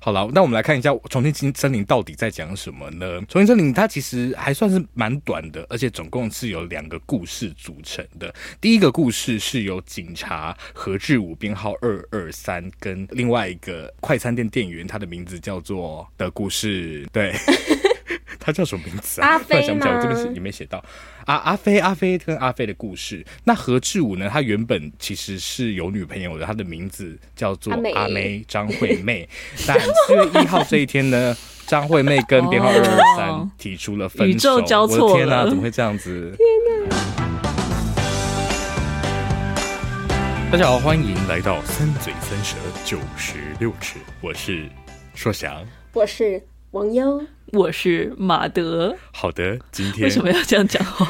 好了，那我们来看一下《重庆森林》到底在讲什么呢？《重庆森林》它其实还算是蛮短的，而且总共是由2个故事组成的。第一个故事是由警察何志武编号223跟另外一个快餐店店员，他的名字叫做的故事，对。他叫什么名字啊？ 阿飞吗？ 想不起来，我这边也没写到。阿飞跟阿飞的故事。那何志武呢？他原本其实是有女朋友的，他的名字叫做阿妹张惠妹。但4月1号这一天呢，张惠妹跟编号223提出了分手。 宇宙交错了， 我的天哪，怎么会这样子？ 天哪！ 大家好，欢迎来到三嘴三舌96尺，我是硕翔， 我是王优， 我是马德。 好的，今天为什么要这样讲话？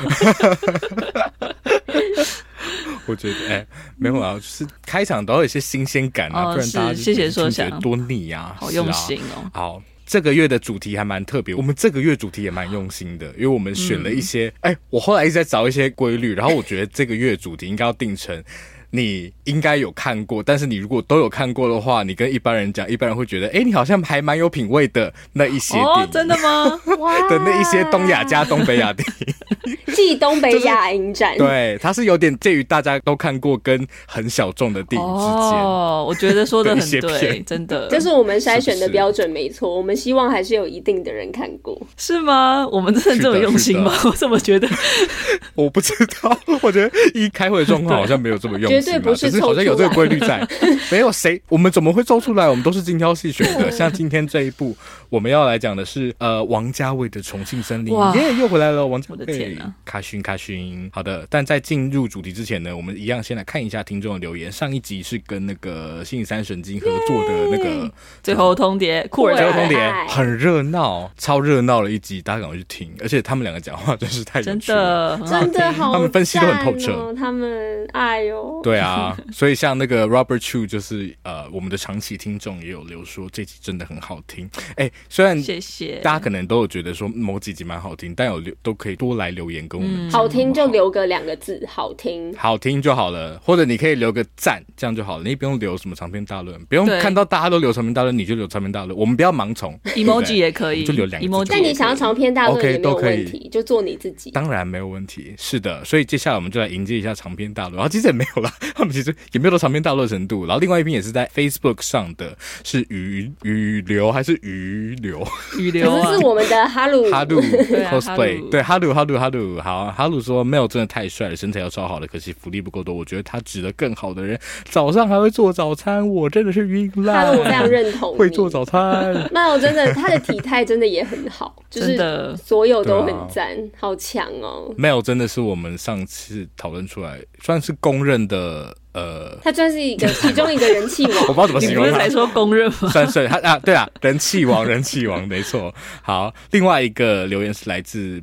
我觉得没有啊，就是开场都要有一些新鲜感啊，不然大家谢谢说想多腻啊， 好用心哦。 好，这个月的主题还蛮特别，我们这个月主题也蛮用心的，因为我们选了一些，我后来一直在找一些规律，然后我觉得这个月主题应该要定成你应该有看过，但是你如果都有看过的话，你跟一般人讲，一般人会觉得你好像还蛮有品味的那一些电影。 真的吗？ 的那一些东亚加东北亚电影继东北亚影展、 对，它是有点介于大家都看过跟很小众的电影之间。 我觉得说得很对，真的， 这是我们筛选的标准没错。我们希望还是有一定的人看过， 是吗？我们真的这么用心吗？我怎么觉得？ 我不知道，我觉得一开会的状况好像没有这么用心， 绝对不是可是好像有这个规律在。没有谁，我们怎么会抽出来？我们都是精挑细选的。像今天这一部，我们要来讲的是王家卫的《重庆森林》，又回来了，王家卫。 我的天哪！ 卡勋，好的。但在进入主题之前呢，我们一样先来看一下听众的留言。上一集是跟那个星期三神经合作的那个最后通牒，酷儿最后通牒很热闹，超热闹的一集，大家赶快去听。而且他们两个讲话真是太有趣了， 真的好， 他们分析都很透彻， 他们对啊，所以像那个 Robert Chu 就是我们的长期听众也有留说这集真的很好听。虽然谢谢大家可能都有觉得说某几集蛮好听，但都可以多来留言跟我们好听就留个2个字，好听就好了，或者你可以留个赞，这样就好了，你不用留什么长篇大论，不用看到大家都留长篇大论你就留长篇大论，我们不要盲从。 emoji 也可以， 就留2个字， 但你想要长篇大论也没有问题，就做你自己， 当然没有问题。是的，所以接下来我们就来迎接一下长篇大论，然后其实也没有啦，他们其实也没有到长篇大论的程度。然后另外一篇也是在 Facebook 上的，是语流还是鱼流？ 语流啊， 可是是我们的哈鲁 cosplay， 对哈鲁，好，哈鲁说 Mel 真的太帅了，身材要超好的，可惜福利不够多。我觉得他值得更好的人，早上还会做早餐，我真的是晕烂。 哈鲁非常认同， 会做早餐。 Mel 真的，他的体态真的也很好，就是所有都很赞，好强哦。 Mel 真的是我们上次讨论出来，算是公认的。 他算是其中一个人气王， 我不知道怎么形容他。 你不是才说公认吗？ 算是他对啊，人气王，没错。好，另外一个留言是来自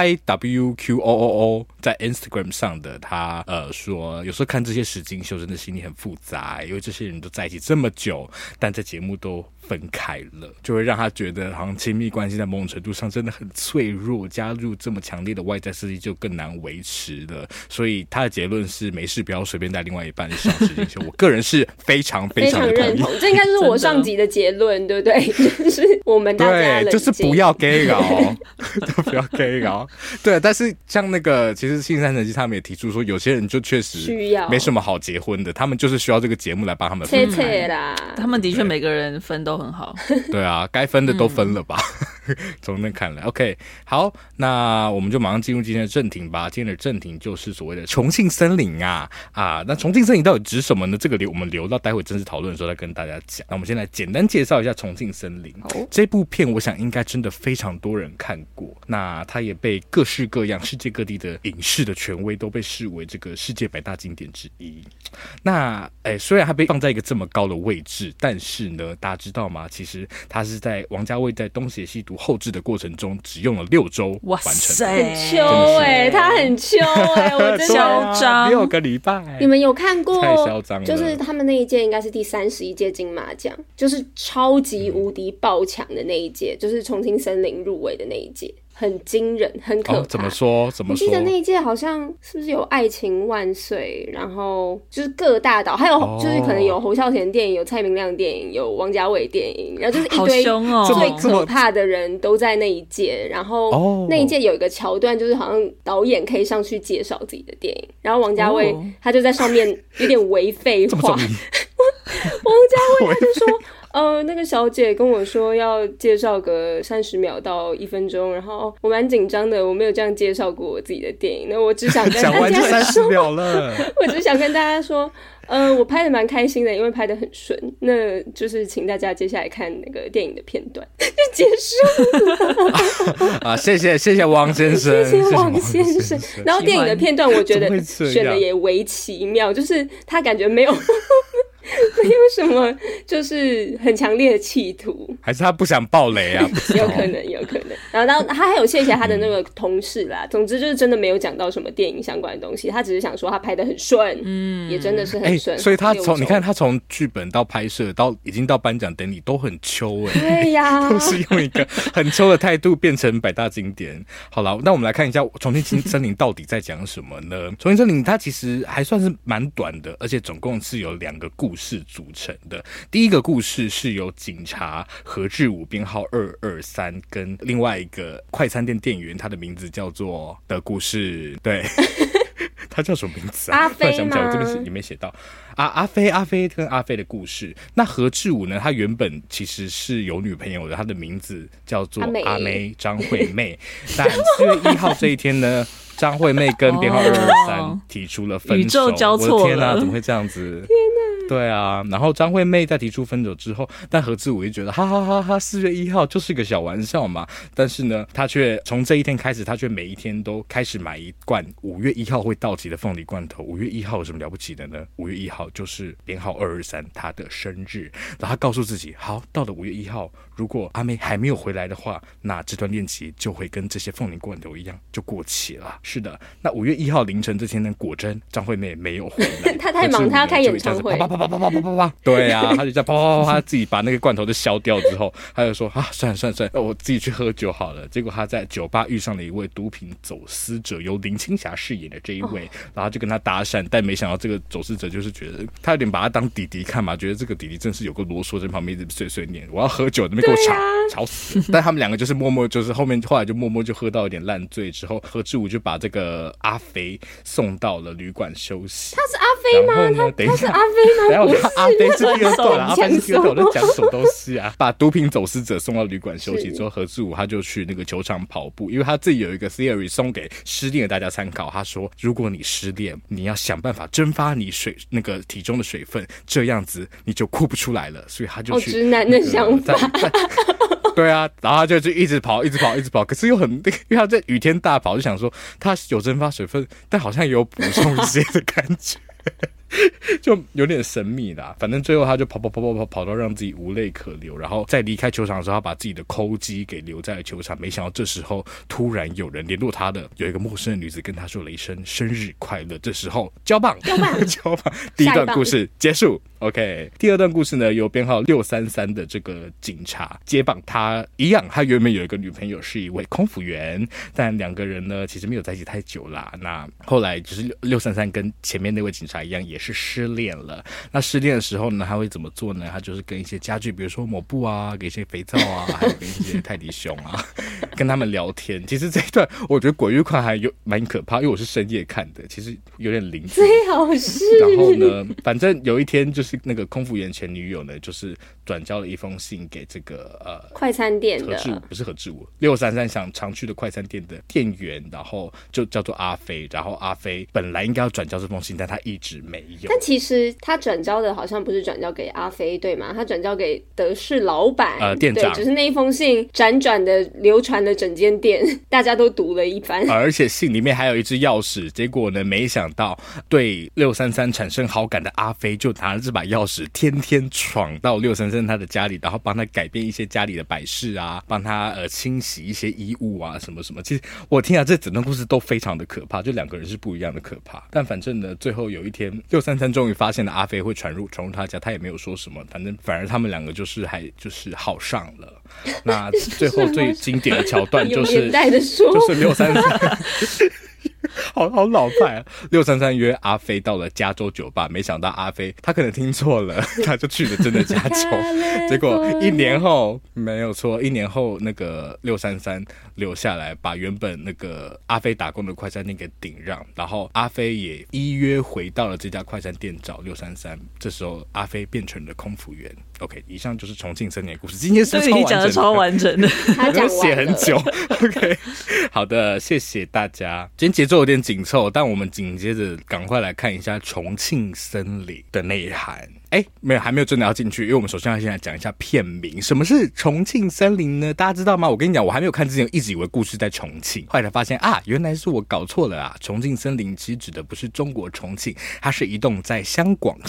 PYWQOOO 在 Instagram 上的，他说有时候看这些实境秀真的心里很复杂，因为这些人都在一起这么久，但在节目都分开了，就会让他觉得好像亲密关系在某种程度上真的很脆弱，加入这么强烈的外在刺激就更难维持了。所以他的结论是没事不要随便带另外一半上实境秀。我个人是非常的认同，这应该就是我上集的结论，对不对？就是我们大家冷静， 就是不要 gay 搞，都不要 gay 搞。对，但是像那个其实星期三神经他们也提出说，有些人就确实没什么好结婚的，他们就是需要这个节目来帮他们分开啦。 他们的确每个人分都很好。 对啊，该分的都分了吧。从那看来 OK， 好，那我们就马上进入今天的正题吧。今天的正题就是所谓的重庆森林啊，那重庆森林到底指什么呢？这个我们留到待会正式讨论的时候再跟大家讲。那我们先来简单介绍一下重庆森林。这部片我想应该真的非常多人看过，那它也被各式各样世界各地的影视的权威都被视为这个世界100大经典之一。那虽然它被放在一个这么高的位置，但是呢，大家知道吗？其实它是在王家卫在东邪西毒后制的过程中只用了6周完成的。 很秋他很秋我真的嚣张 6个礼拜。 你们有看过？ 太嚣张了。 就是他们那一届应该是第31届金马奖，就是超级无敌爆强的那一届，就是重庆森林入围的那一届。 很惊人，很可怕。 怎么说？我记得那一届好像是不是有《爱情万岁》，然后就是各大岛，还有就是可能有侯孝贤电影，有蔡明亮电影，有王家卫电影，然后就是一堆最可怕的人都在那一届。然后那一届有一个桥段，就是好像导演可以上去介绍自己的电影，然后王家卫他就在上面有点为废话。王家卫他就说那个小姐跟我说要介绍个30秒到1分钟，然后我蛮紧张的，我没有这样介绍过我自己的电影，那我只想跟大家说，讲完就30秒了，我只想跟大家说，我拍的蛮开心的，因为拍的很顺，那就是请大家接下来看那个电影的片段，就结束了。 谢谢王先生， 谢谢王先生。然后电影的片段，我觉得选的也微奇妙，就是他感觉没有什么就是很强烈的企图， 还是他不想爆雷啊？ 有可能。然后他还有谢谢他的那个同事啦。总之就是真的没有讲到什么电影相关的东西，他只是想说他拍得很顺，也真的是很顺。 所以你看他从剧本到拍摄到已经到颁奖典礼都很秋对呀， 都是用一个很秋的态度变成百大经典。好了，那我们来看一下《重庆森林》到底在讲什么呢？《重庆森林》它其实还算是蛮短的，而且总共是有2个故事组成的。第一个故事是由警察何志武编号223跟另外一个快餐店店员，他的名字叫做的故事，对。他叫什么名字啊？ 阿飞吗？ 想不起来，我这边也没写到。阿飞跟阿飞的故事。那何志武呢？他原本其实是有女朋友的，他的名字叫做阿妹张惠妹。但4月1号这一天呢，张惠妹跟编号223提出了分手。 宇宙交错了， 我的天哪，怎么会这样子？ 天哪！ 对啊，然后张惠妹在提出分手之后，但何志武就觉得哈哈哈哈，4月1号就是个小玩笑嘛。但是呢，他却从这一天开始，他却每一天都开始买一罐5月1号会到期的凤梨罐头。5月1号有什么了不起的呢？5月1号就是编号223他的生日，然后他告诉自己，好，到了5月1号，如果阿妹还没有回来的话，那这段恋情就会跟这些凤梨罐头一样就过期了。是的，那5月1号凌晨这天呢，果真张惠妹没有回来， 他太忙，他要开演唱会， 对啊，他就这样啪自己把那个罐头都消掉之后，他就说算了，我自己去喝酒好了。结果他在酒吧遇上了一位毒品走私者，由林青霞饰演的这一位，然后就跟他搭讪，但没想到这个走私者就是觉得他有点把他当弟弟看嘛，觉得这个弟弟真是有个啰嗦，在旁边一直碎碎念，我要喝酒，那边给我吵死。但他们2个就是默默，就是后来就默默就喝到有点烂醉之后，何志武就把这个阿飞送到了旅馆休息。 他是阿飞吗？他是阿飞吗？ 不是，阿飞是第2段，阿飞是第2段，我在讲什么东西啊？把毒品走私者送到旅馆休息之后，何志武他就去那个球场跑步，因为他自己有一个 theory 送给失恋的大家参考。他说，如果你失恋，你要想办法蒸发你那个体中的水分，这样子你就哭不出来了。所以他就去直男的想法。 对啊，然后他就一直跑，可是又很，因为他在雨天大跑，就想说他有蒸发水分，但好像也有补充一些的感觉。就有点神秘啦，反正最后他就跑到让自己无泪可流，然后在离开球场的时候，他把自己的扣机给留在了球场。没想到这时候突然有人联络他的，有一个陌生的女子跟他说了一声生日快乐。这时候交棒，第一段故事结束。OK， 第2段故事呢，由编号633的这个警察接棒，他一样，他原本有一个女朋友是一位空服员，但2个人呢其实没有在一起太久啦。那后来就是633跟前面那位警察一样，也是失恋了。那失恋的时候呢，他会怎么做呢？他就是跟一些家具，比如说抹布啊，给一些肥皂啊，还有跟一些泰迪熊啊，跟他们聊天。其实这一段我觉得鬼月款还有蛮可怕，因为我是深夜看的，其实有点灵。 最好是。 然后呢，反正有一天就是那个空服员前女友呢，就是转交了一封信给这个快餐店的不是何志武，633想常去的快餐店的店员，然后就叫做阿飞。然后阿飞本来应该要转交这封信，但他一直没有。 但其实他转交的好像不是转交给阿飞，对吗？他转交给德式老板， 店长。 对，就是那一封信辗转的流传了整间店，大家都读了一番。 而且信里面还有一只钥匙，结果呢，没想到对633产生好感的阿飞就拿了这把钥匙，天天闯到633他的家里，然后帮他改变一些家里的摆饰啊，帮他清洗一些衣物啊，什么什么。其实我听这整段故事都非常的可怕，就2个人是不一样的可怕。但反正呢，最后有一天633终于发现了阿飞会闯入他家，他也没有说什么，反而他们2个就是好上了。那最后最经典的桥段就是有年代的说就是633好老派啊！633约阿飞到了加州酒吧，没想到阿飞他可能听错了，他就去了真的加州。结果1年后没有错，1年后那个633留下来，把原本那个阿飞打工的快餐店给顶让，然后阿飞也依约回到了这家快餐店找633。这时候阿飞变成了空服员。OK， 以上就是重庆森林的故事。今天是对，你讲的超完整的， 他讲写很久。OK， 好的，谢谢大家。今天节奏有点紧凑，但我们紧接着赶快来看一下重庆森林的内涵。没有，还没有真的要进去，因为我们首先要先来讲一下片名。什么是重庆森林呢？大家知道吗？我跟你讲，我还没有看之前，一直以为故事在重庆，后来才发现啊，原来是我搞错了啊！重庆森林其实指的不是中国重庆，它是一栋在香港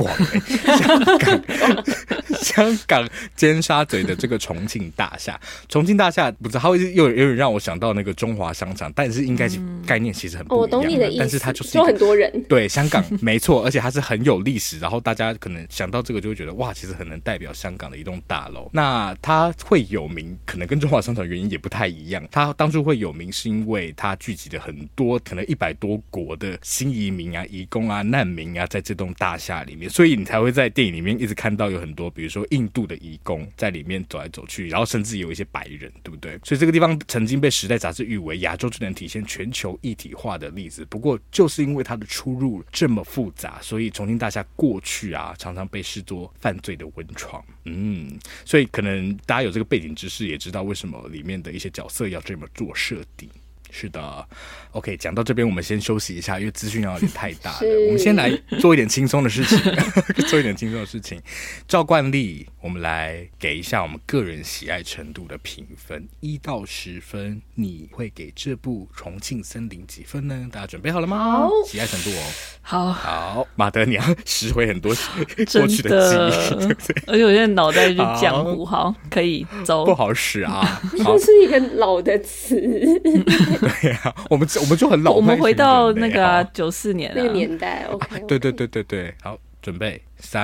尖沙咀的这个重庆大厦。重庆大厦不知道，它会有点让我想到那个中华商场，但是应该是概念其实很不一样。 我懂你的意思， 但是它就是就很多人对香港没错，而且它是很有历史，然后大家可能想到这个就会觉得哇，其实很能代表香港的一栋大楼。那它会有名，可能跟中华商场原因也不太一样。它当初会有名是因为它聚集了很多可能100多国的新移民啊、移工啊、难民啊，在这栋大厦里面，所以你才会在电影里面一直看到有很多，比如说印度的移工在里面走来走去，然后甚至有一些白人，对不对？所以这个地方曾经被《时代》杂志誉为亚洲最能体现全球一体化的例子。不过就是因为它的出入这么复杂，所以重庆大厦过去啊，常常被视作犯罪的温床。所以可能大家有这个背景知识，也知道为什么里面的一些角色要这么做设定。是的 ，OK， 讲到这边我们先休息一下，因为资讯量有点太大了。我们先来做一点轻松的事情，做一点轻松的事情。照惯例，我们来给一下我们个人喜爱程度的评分，1到10分，你会给这部《重庆森林》几分呢？大家准备好了吗？好，喜爱程度哦。好，马德，你要拾回很多过去的记忆，对不对？ 而且我现在脑袋就浆糊，好，可以走， 不好使啊。 这是一个老的词。 对啊，我们就很老派。 我们回到那个94年那个年代。OK， 对，好，准备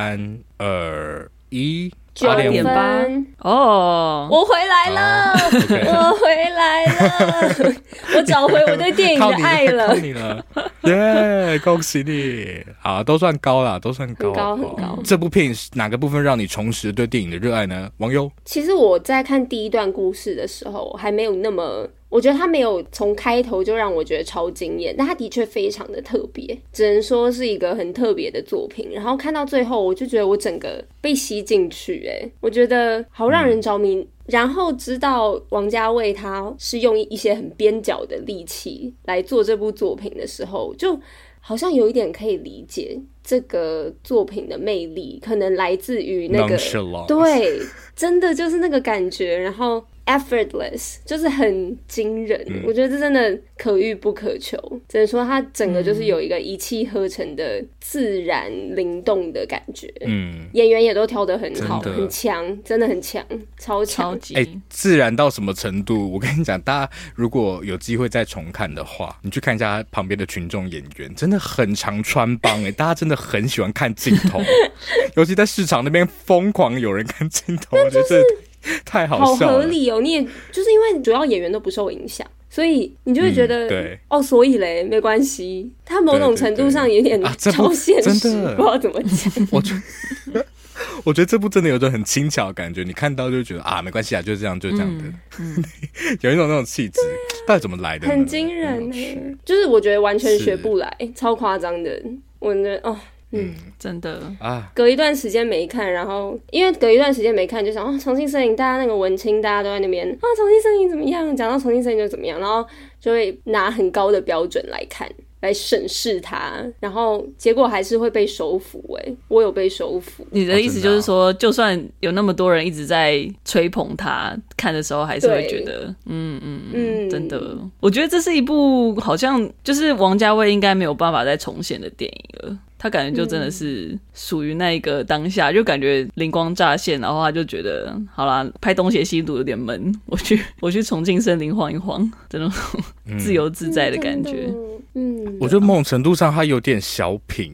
3、2、1。 9.8 哦， 我回来了，我回来了，我找回我对电影的爱了， 靠你了，耶！恭喜你，好，都算高啦，都算高， 很高。 这部片哪个部分让你重拾对电影的热爱呢？网友， 其实我在看第一段故事的时候，还没有那么。我觉得他没有从开头就让我觉得超惊艳，但他的确非常的特别，只能说是一个很特别的作品。然后看到最后，我就觉得我整个被吸进去，我觉得好让人着迷。然后知道王家卫他是用一些很边角的力气来做这部作品的时候，就好像有一点可以理解这个作品的魅力，可能来自于那个对，真的就是那个感觉，然后effortless 就是很惊人，我觉得这真的可遇不可求，只能说它整个就是有一个一气呵成的自然灵动的感觉。演员也都挑得很好，很强，真的很强，超强。 自然到什么程度？我跟你讲，大家如果有机会再重看的话，你去看一下旁边的群众演员，真的很常穿帮大家真的很喜欢看镜头，尤其在市场那边疯狂有人看镜头，我觉得太好笑了， 好合理哦！你也就是因为主要演员都不受影响，所所以你就会觉得，所以嘞，没关系。他某种程度上有点超现实，不知道怎么讲。 我觉得这部真的有种很轻巧的感觉，你看到就觉得没关系啊，就是这样，就是这样的，有一种那种气质，到底怎么来的？ 很惊人就是我觉得完全学不来，超夸张的。我觉得真的隔一段时间没看，然后因为隔一段时间没看，就想重庆森林，大家那个文青大家都在那边重庆森林怎么样？讲到重庆森林就怎么样，然后就会拿很高的标准来看。来审视它，然后结果还是会被收服。我有被收服。 你的意思就是说，就算有那么多人一直在吹捧他，看的时候还是会觉得，真的。我觉得这是一部好像就是王家卫应该没有办法再重现的电影了。他感觉就真的是属于那一个当下，就感觉灵光乍现，然后他就觉得好啦，拍东邪西毒有点闷，我去重庆森林晃一晃，这种自由自在的感觉。 我觉得某种程度上他有点小品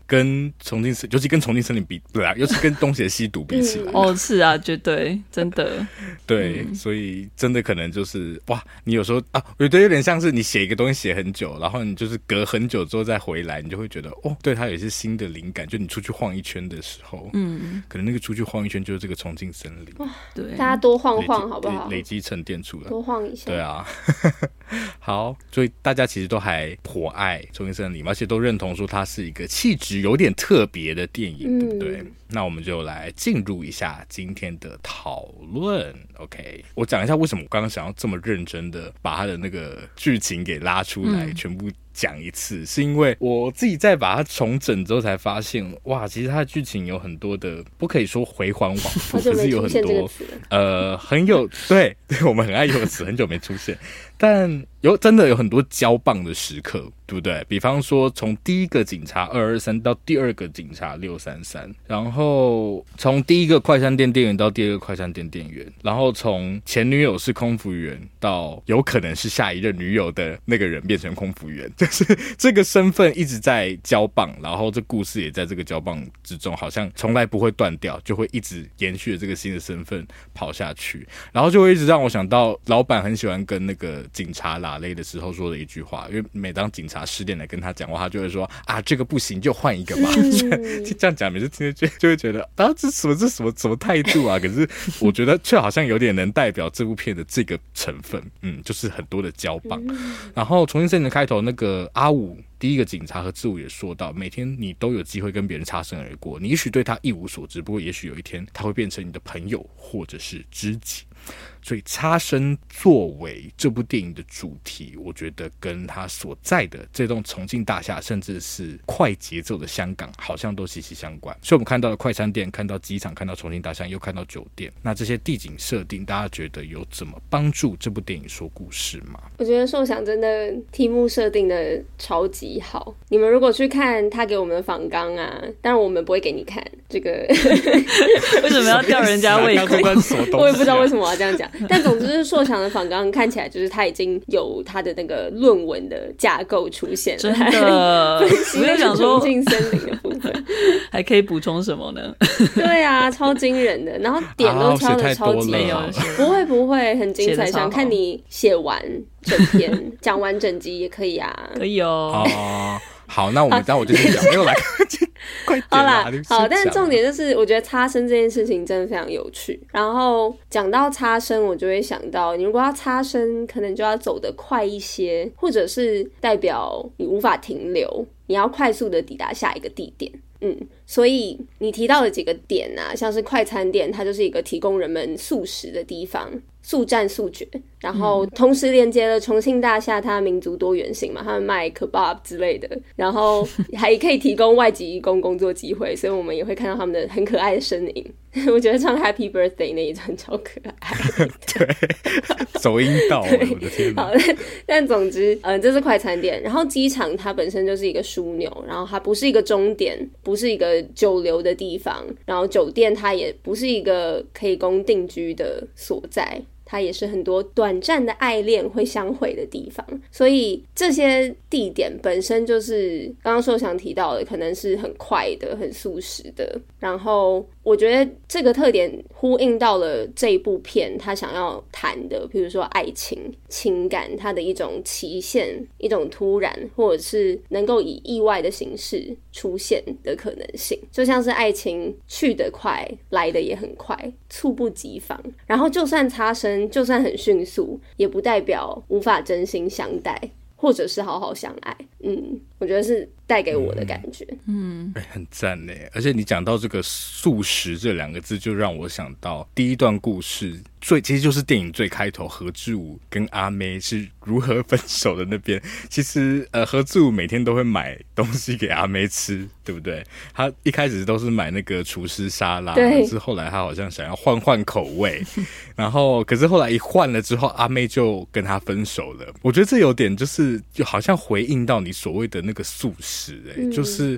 跟重庆森，尤其跟重庆森林比，对啊，尤其跟东邪西毒比起来， 哦，是啊，绝对，真的， 对，所以真的可能就是哇，你有时候啊，我觉得有点像是你写一个东西写很久，然后你就是隔很久之后再回来，你就会觉得哦，对它有一些新的灵感，就你出去晃一圈的时候，可能那个出去晃一圈就是这个重庆森林， 对， 大家多晃晃好不好？ 累积沉淀出来， 多晃一下， 对啊，好，所以大家其实都还颇爱重庆森林，而且都认同说它是一个气质有点特别的电影，对不对？那我们就来进入一下今天的讨论。OK， 我讲一下为什么我刚刚想要这么认真的把它的那个剧情给拉出来，全部讲一次，是因为我自己在把它重整之后才发现，哇，其实它的剧情有很多的，不可以说回环往复，可是有很多很有对我们很爱用的词，很久没出现，但真的有很多交棒的时刻，对不对？比方说从第一个警察223到第二个警察633，然后从第一个快餐店店员到第二个快餐店店员，然后从前女友是空服员到有可能是下一任女友的那个人变成空服员，就是这个身份一直在交棒，然后这故事也在这个交棒之中，好像从来不会断掉，就会一直延续着这个新的身份跑下去，然后就会一直让我想到老板很喜欢跟那个警察拉勒的时候说的一句话，因为每当警察失恋来跟他讲话，他就会说啊，这个不行就换一个吧，这样讲每次听就会觉得啊，这什么态度啊？可是我觉得却好像有点能代表这部片的这个成分，就是很多的交棒。然后重庆森林的开头，那个阿武第一个警察和志武也说到，每天你都有机会跟别人擦身而过，你也许对他一无所知，不过也许有一天他会变成你的朋友或者是知己。所以擦身作为这部电影的主题，我觉得跟他所在的这栋重庆大厦，甚至是快节奏的香港，好像都息息相关。所以我们看到了快餐店，看到机场，看到重庆大厦，又看到酒店，那这些地景设定大家觉得有怎么帮助这部电影说故事吗？ 我觉得寿想真的题目设定的超级好，你们如果去看他给我们的访纲啊，当然我们不会给你看这个为什么要吊人家胃口我也不知道为什么我要这样讲，但总之是硕强的访纲看起来就是他已经有他的那个论文的架构出现了， 真的我就想说重庆森林的部分还可以补充什么呢？ 对啊，超惊人的，然后点都挑的超级不会很精彩，想看你写完整篇讲完整集也可以啊， 可以哦。 好，那我就先讲，没有来，快点啦！ 好，但是重点就是，我觉得擦身这件事情真的非常有趣。然后讲到擦身，我就会想到，你如果要擦身，可能就要走得快一些，或者是代表你无法停留，你要快速的抵达下一个地点。所以你提到的几个点啊，像是快餐店，它就是一个提供人们速食的地方，速战速决，然后同时连接了重庆大厦它民族多元性嘛，他们卖 kebab 之类的，然后还可以提供外籍移工工作机会，所以我们也会看到他们的很可爱的身影。我觉得唱 Happy Birthday 那一段超可爱对，走音到了，我的天哪。 好，但总之这是快餐店，然后机场它本身就是一个枢纽，然后它不是一个终点，不是一个久留的地方，然后酒店它也不是一个可以供定居的所在，它也是很多短暂的爱恋会相会的地方，所以这些地点本身就是刚刚硕想提到的，可能是很快的、很速食的。然后我觉得这个特点呼应到了这一部片他想要谈的，比如说爱情、情感，它的一种期限、一种突然，或者是能够以意外的形式出现的可能性。就像是爱情去得快，来得也很快，猝不及防。然后就算擦身，就算很迅速，也不代表无法真心相待，或者是好好相爱。我觉得是带给我的感觉。 很赞耶。而且你讲到这个速食这两个字，就让我想到第一段故事其实就是电影最开头何志武跟阿妹是如何分手的那边。其实何志武每天都会买东西给阿妹吃，对不对？他一开始都是买那个厨师沙拉，可是后来他好像想要换口味然后可是后来一换了之后，阿妹就跟他分手了。我觉得这有点就好像回应到你所谓的那个速食，就是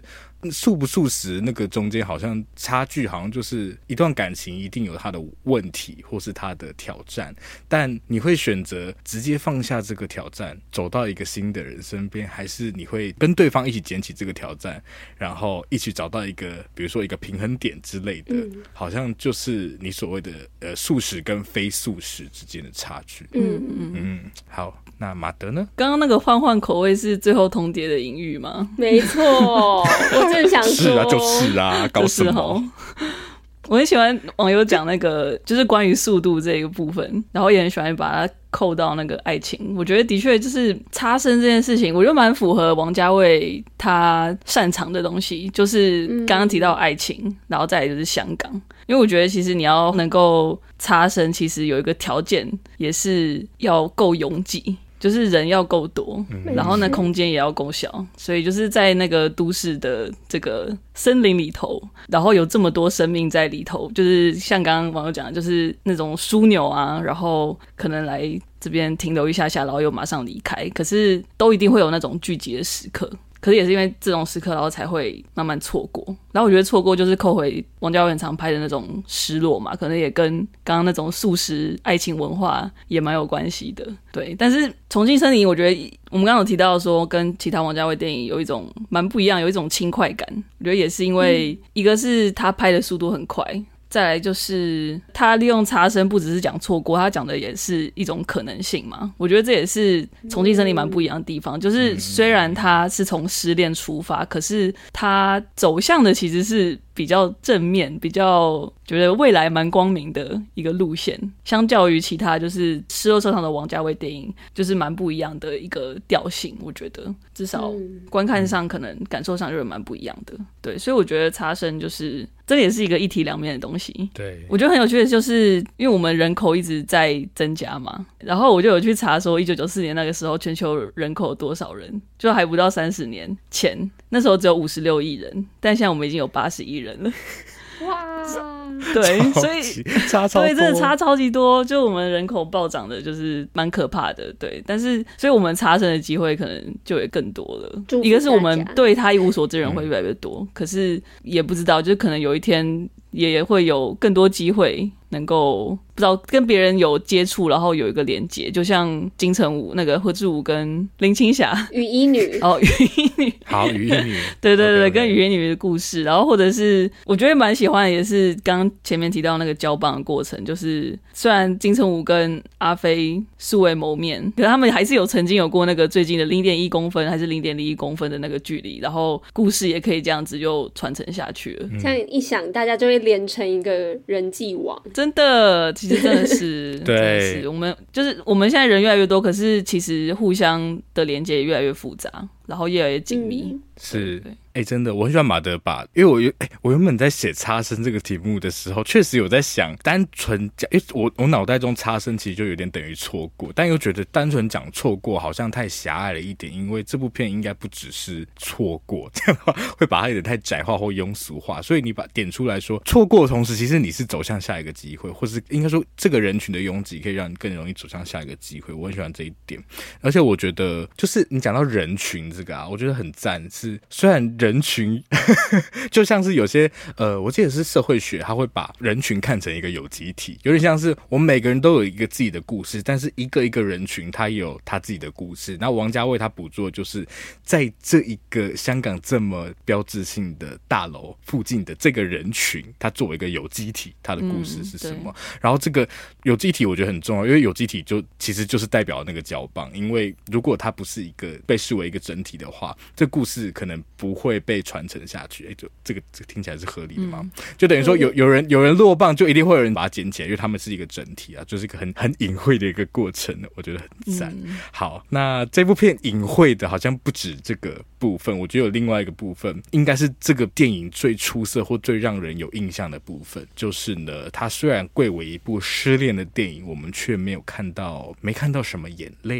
素不素食那个中间好像差距，好像就是一段感情一定有它的问题或是它的挑战，但你会选择直接放下这个挑战走到一个新的人身边，还是你会跟对方一起捡起这个挑战，然后一起找到一个比如说一个平衡点之类的，好像就是你所谓的素食跟非素食之间的差距。好，那马德呢？ 刚刚那个换口味是最后通牒的隐喻吗？ 没错，我正想说， 是啊，就是啊，搞什么？ 我很喜欢网友讲那个，就是关于速度这一个部分，然后也很喜欢把它扣到那个爱情。我觉得的确就是差生这件事情，我觉得蛮符合王家卫他擅长的东西，就是刚刚提到爱情，然后再来就是香港。因为我觉得其实你要能够差生，其实有一个条件也是要够拥挤。就是人要够多，然后呢空间也要够小，所以就是在那个都市的这个森林里头，然后有这么多生命在里头，就是像刚刚网友讲的，就是那种枢纽啊，然后可能来这边停留一下下，然后又马上离开，可是都一定会有那种聚集的时刻。可是也是因为这种时刻，然后才会慢慢错过。然后我觉得错过就是扣回王家卫很常拍的那种失落嘛，可能也跟刚刚那种速食爱情文化也蛮有关系的。对，但是《重庆森林》我觉得我们刚刚有提到说，跟其他王家卫电影有一种蛮不一样，有一种轻快感。我觉得也是因为一个是他拍的速度很快。再来就是他利用差生不只是讲错过，他讲的也是一种可能性嘛。我觉得这也是重庆森林蛮不一样的地方，就是虽然他是从失恋出发，可是他走向的其实是比较正面，比较觉得未来蛮光明的一个路线，相较于其他就是失落收场的王家卫电影，就是蛮不一样的一个调性。我觉得至少观看上可能感受上就是蛮不一样的。对，所以我觉得差生就是这也是一个一体两面的东西。 对， 我觉得很有趣的就是因为我们人口一直在增加嘛，然后我就有去查说1994年那个时候全球人口有多少人，就还不到30年前，那时候只有56亿人，但现在我们已经有80亿人了。 哇， 对，所以差超多， 对，真的差超级多，就我们人口暴涨的，就是蛮可怕的。对，但是所以我们差生的机会可能就也更多了。一个是我们对他一无所知的人会越来越多，可是也不知道，就是可能有一天也会有更多机会能够不知道跟别人有接触，然后有一个连结，就像金城武那个何志武跟林青霞雨衣女哦，雨衣女， 好，雨衣女， 对对对， okay, 跟雨衣女的故事，然后或者是我觉得蛮喜欢的，也是刚前面提到那个交棒的过程，就是虽然金城武跟阿飞素未谋面，可是他们还是有曾经有过那个最近的0.1公分还是0.01公分的那个距离，然后故事也可以这样子就传承下去了。 这样一想，大家就会连成一个人际网。 真的，其实真的是对， 真的是我们现在人越来越多，可是其实互相的连接也越来越复杂，然后越来越紧密。 是，真的，我很喜欢马德把，因为我原本在写差生这个题目的时候，确实有在想单纯讲，因为我脑袋中差生其实就有点等于错过，但又觉得单纯讲错过好像太狭隘了一点，因为这部片应该不只是错过，这样的话会把它有点太窄化或庸俗化，所以你把点出来说错过的同时，其实你是走向下一个机会，或是应该说这个人群的拥挤可以让你更容易走向下一个机会，我很喜欢这一点。而且我觉得就是你讲到人群这个我觉得很赞，是虽然人群就像是有些我记得是社会学，他会把人群看成一个有机体，有点像是我们每个人都有一个自己的故事，但是一个一个人群他也有他自己的故事。那王家卫他捕捉就是在这一个香港这么标志性的大楼附近的这个人群，他作为一个有机体，他的故事是什么？然后这个有机体我觉得很重要，因为有机体就其实就是代表那个交棒，因为如果它不是一个被视为一个整体的话，这故事可能不会被传承下去。就这个听起来是合理的吗？就等于说有人落棒，就一定会有人把它捡起来，因为他们是一个整体啊，就是一个很隐晦的一个过程，我觉得很赞。好，那这部片隐晦的好像不止这个部分，我觉得有另外一个部分，应该是这个电影最出色或最让人有印象的部分，就是呢，它虽然贵为一部失恋的电影，我们却没看到什么眼泪。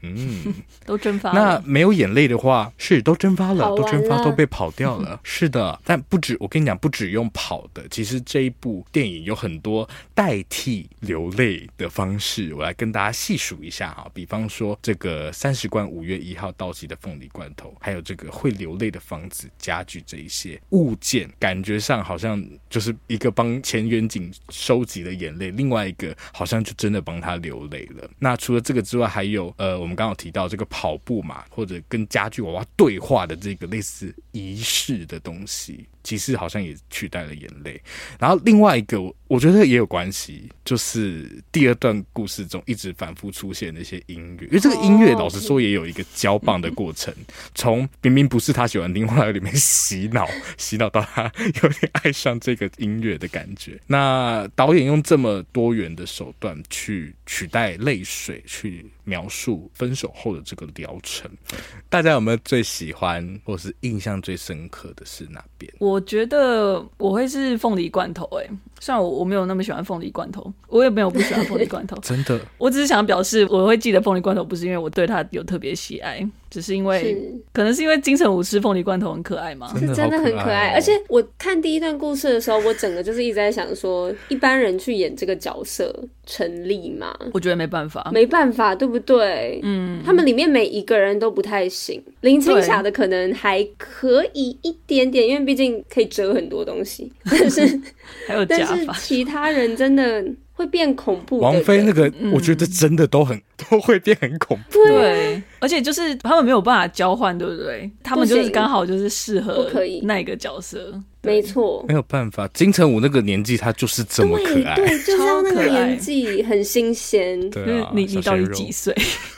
都蒸发了。 那没有眼泪的话，是都蒸发了，都蒸发，都被跑掉了。是的，但不止，我跟你讲，不止用跑的，其实这一部电影有很多代替流泪的方式，我来跟大家细数一下啊。比方说这个30罐5月1号到期的凤梨罐头，还有这个会流泪的房子、家具这一些物件，感觉上好像就是一个帮前远景收集的眼泪，另外一个好像就真的帮他流泪了。那除了这个之外，还有我们刚刚有提到这个跑步嘛，或者跟家具娃娃对话的这个类似仪式的东西，其实好像也取代了眼泪。然后另外一个我觉得也有关系，就是第二段故事中一直反复出现的一些音乐，因为这个音乐老实说也有一个交棒的过程，从明明不是他喜欢听，后来里面洗脑到他有点爱上这个音乐的感觉。那导演用这么多元的手段去取代泪水，去描述分手后的这个疗程，大家有没有最喜欢或是印象最深刻的是哪边？ 我觉得我会是凤梨罐头虽然我没有那么喜欢凤梨罐头，我也没有不喜欢凤梨罐头真的， 我只是想表示我会记得凤梨罐头，不是因为我对它有特别喜爱，只是因为可能是因为金城武吃凤梨罐头很可爱嘛， 是真的很可爱。而且我看第一段故事的时候，我整个就是一直在想说，一般人去演这个角色成立吗？ 我觉得没办法， 对不对？他们里面每一个人都不太行。林青霞的可能还可以一点点，因为毕竟可以折很多东西，但是还有假发， 但是其他人真的会变恐怖的人。 王菲那个我觉得真的都会变很恐怖。 对，而且就是他们没有办法交换，对不对？他们就是刚好就是适合那个角色。 没错， 没有办法，金城武那个年纪他就是这么可爱， 对，就是要那个年纪很新鲜。 对啊， 你到底几岁？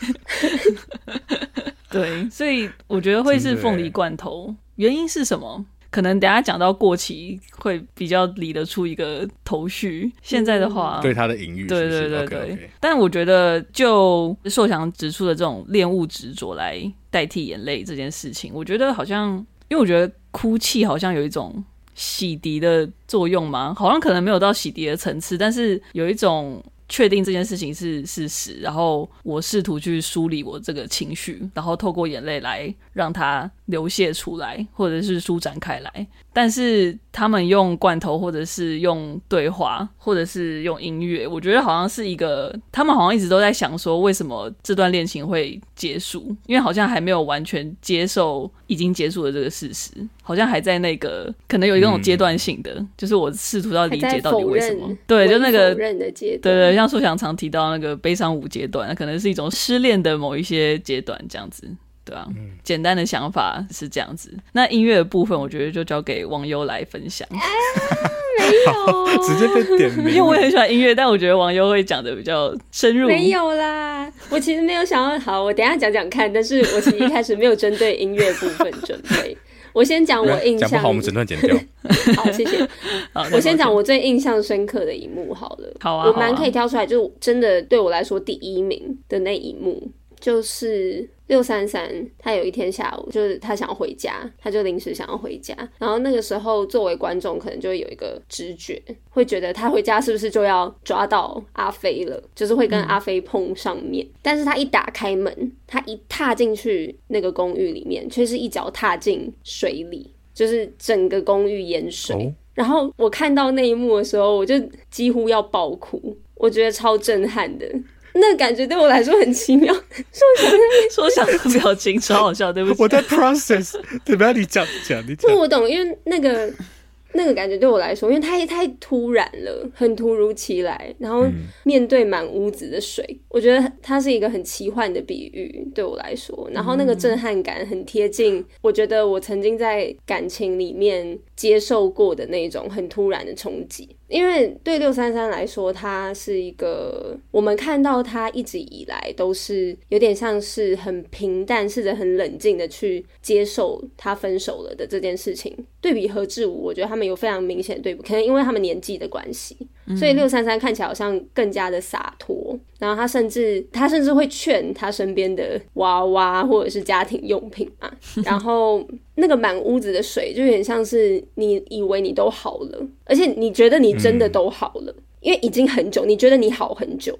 对，所以我觉得会是凤梨罐头。原因是什么？可能等一下讲到过期会比较理得出一个头绪。现在的话， 对他的隐喻， 对对对 okay. 但我觉得就硕翔指出的这种恋物执着来代替眼泪这件事情，我觉得好像，因为我觉得哭泣好像有一种洗涤的作用嘛，好像可能没有到洗涤的层次，但是有一种确定这件事情是事实，然后我试图去梳理我这个情绪，然后透过眼泪来让它流泻出来，或者是舒展开来。但是他们用罐头，或者是用对话，或者是用音乐，我觉得好像是一个，他们好像一直都在想说为什么这段恋情会结束，因为好像还没有完全接受已经结束的这个事实，好像还在那个可能有一种阶段性的，就是我试图要理解到底为什么。对，就那个否认的阶段。 对对，像硕翔常提到那个悲伤5阶段，可能是一种失恋的某一些阶段这样子。对啊，简单的想法是这样子。那音乐的部分，我觉得就交给网友来分享。 没有， 直接被点名。 因为我也很喜欢音乐，但我觉得网友会讲的比较深入。 没有啦，我其实没有想要，好，我等一下讲讲看。但是我其实一开始没有针对音乐部分准备。我先讲我印象， 讲不好我们整段剪掉。 好，谢谢。我先讲我最印象深刻的一幕好了。 好啊， 我蛮可以挑出来，就是真的对我来说第一名的那一幕。就是633他有一天下午，就是他想要回家，他就临时想要回家，然后那个时候作为观众可能就会有一个直觉，会觉得他回家是不是就要抓到阿飞了，就是会跟阿飞碰上面。但是他一打开门，他一踏进去那个公寓里面，却是一脚踏进水里，就是整个公寓淹水。然后我看到那一幕的时候，我就几乎要爆哭，我觉得超震撼的。那感觉对我来说很奇妙， 说想的表情超好笑，对不起， 我在 process， 对吧？你讲， 不，我懂，因为那个感觉对我来说，因为太突然了，很突如其来，然后面对满屋子的水，我觉得它是一个很奇幻的比喻，对我来说，然后那个震撼感很贴近，我觉得我曾经在感情里面接受过的那种很突然的冲击。因为对633来说，他是一个我们看到他一直以来都是有点像是很平淡，试着很冷静的去接受他分手了的这件事情。对比何志武，我觉得他们有非常明显的对比，可能因为他们年纪的关系，所以633看起来好像更加的洒脱。然后他甚至会劝他身边的娃娃或者是家庭用品嘛，然后那个满屋子的水就有点像是你以为你都好了，而且你觉得你真的都好了，因为已经很久，你觉得你好很久了，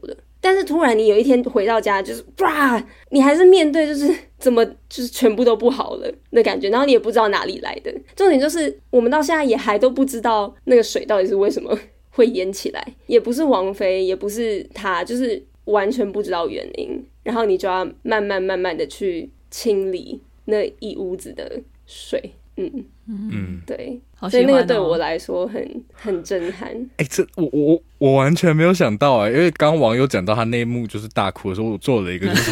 但是突然你有一天回到家，就是哇，你还是面对就是怎么就是全部都不好了的感觉，然后你也不知道哪里来的。重点就是我们到现在也还都不知道那个水到底是为什么会淹起来，也不是王菲，也不是他，就是完全不知道原因，然后你就要慢慢的去清理那一屋子的水。对，所以那个对我来说很震撼。 这我完全没有想到因为刚刚网友讲到他那一幕就是大哭的时候，我做了一个就是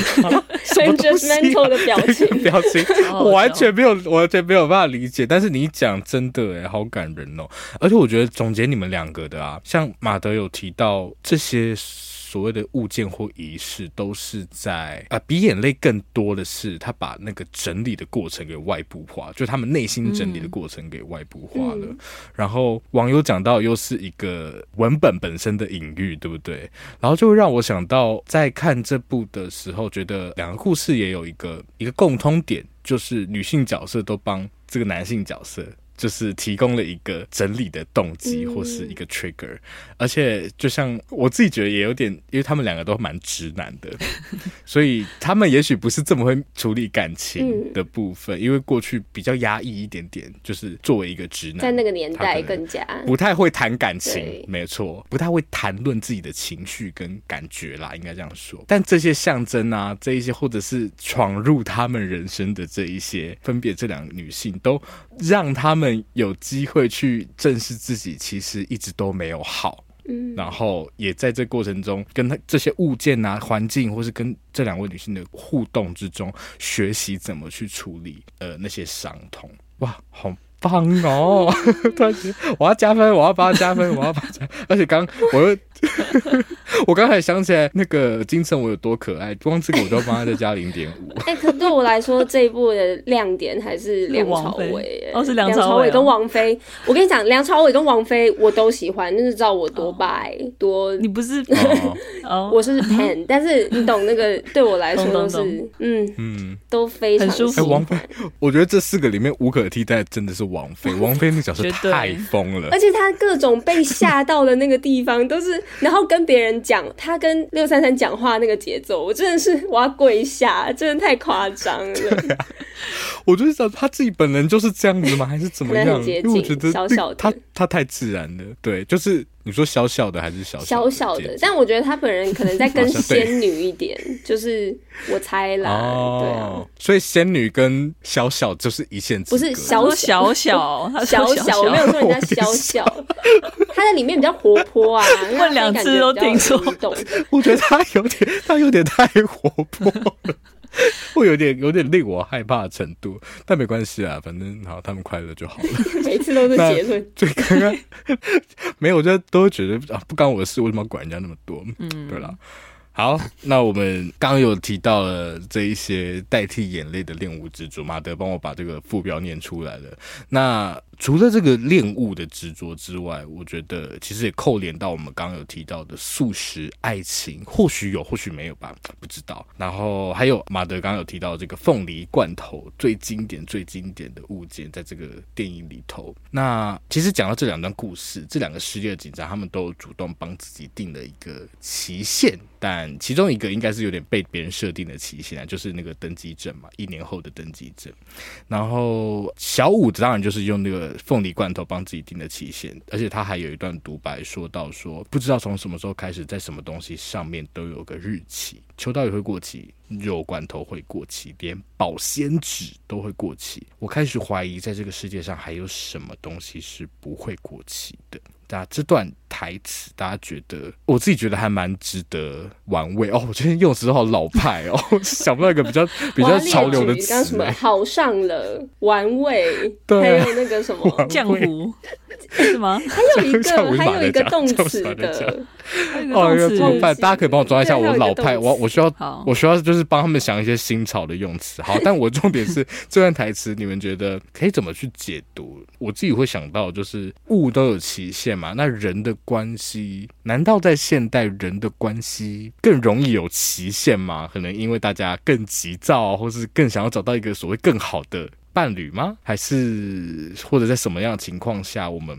judgmental 的表情我完全没有办法理解。但是你讲真的好感人哦。而且我觉得总结你们两个的像马德有提到这些所谓的物件或仪式都是在比眼泪更多的是他把那个整理的过程给外部化，就他们内心整理的过程给外部化了。然后网友讲到又是一个文本本身的隐喻，对不对？然后就会让我想到在看这部的时候，觉得两个故事也有一个共通点，就是女性角色都帮这个男性角色就是提供了一个整理的动机或是一个 trigger。而且就像我自己觉得也有点，因为他们两个都蛮直男的所以他们也许不是这么会处理感情的部分，因为过去比较压抑一点点，就是作为一个直男在那个年代更加不太会谈感情，没错，不太会谈论自己的情绪跟感觉啦，应该这样说。但这些象征这一些或者是闯入他们人生的这一些，分别这两个女性都让他们有机会去正视自己其实一直都没有好，然后也在这过程中跟这些物件环境或是跟这两位女性的互动之中学习怎么去处理那些伤痛。哇，好棒哦我要加分，我要帮他加分而且我刚才想起来那个金城武有多可爱，光这个我就要帮他再加 0.5 可对我来说这一部的亮点还是梁朝伟是梁朝伟跟王菲我跟你讲，梁朝伟跟王菲我都喜欢，那是知道我多拜多你不是我是 pan 但是你懂那个对我来说都是都非常舒服。 王菲我觉得这4个里面无可替代真的是王菲那个角色太疯了， 而且他各种被吓到的那个地方都是然后跟别人讲他跟633讲话那个节奏，我真的是我要跪下，真的太夸张了我就是想他自己本人就是这样子吗？还是怎么样？ 因为我觉得小小的他太自然了。对，就是你说小小的还是小的，但我觉得他本人可能在更仙女一点就是我猜啦对啊， 所以仙女跟小小就是一线之隔， 不是小我没有说人家小他在里面比较活泼问2次都听说我觉得他有点太活泼了会有点令我害怕的程度，但没关系反正好，他们快乐就好了每次都是结论对，刚刚没有，我就都会觉得不干我的事，为什么要管人家那么多对啦。好，那我们刚刚有提到了这一些代替眼泪的恋物执着，马德帮我把这个副标念出来了。那除了这个恋物的执着之外，我觉得其实也扣连到我们刚刚有提到的素食爱情，或许有或许没有吧，不知道。然后还有马德刚刚有提到这个凤梨罐头，最经典的物件在这个电影里头。那其实讲到这两段故事，这两个失业的警察他们都有主动帮自己定了一个期限，但其中一个应该是有点被别人设定的期限就是那个登记证嘛，1年后的登记证。然后小五当然就是用那个凤梨罐头帮自己定的期限，而且他还有一段独白说到说，不知道从什么时候开始，在什么东西上面都有个日期，秋刀鱼会过期，肉罐头会过期，连保鲜纸都会过期。我开始怀疑，在这个世界上还有什么东西是不会过期的。那这段台词大家觉得，我自己觉得还蛮值得玩味我觉得用词都好老派想不到一个比较潮流的词。 刚什么好上了玩味，还有那个什么浆糊是吗？ 还有一个动词的怎么办？大家可以帮我抓一下我老派，我需要就是帮他们想一些新潮的用词。好，但我重点是这段台词你们觉得可以怎么去解读？我自己会想到就是物都有期限嘛，那人的关系难道在现代人的关系更容易有期限吗？可能因为大家更急躁或是更想要找到一个所谓更好的伴侣吗？还是或者在什么样的情况下我们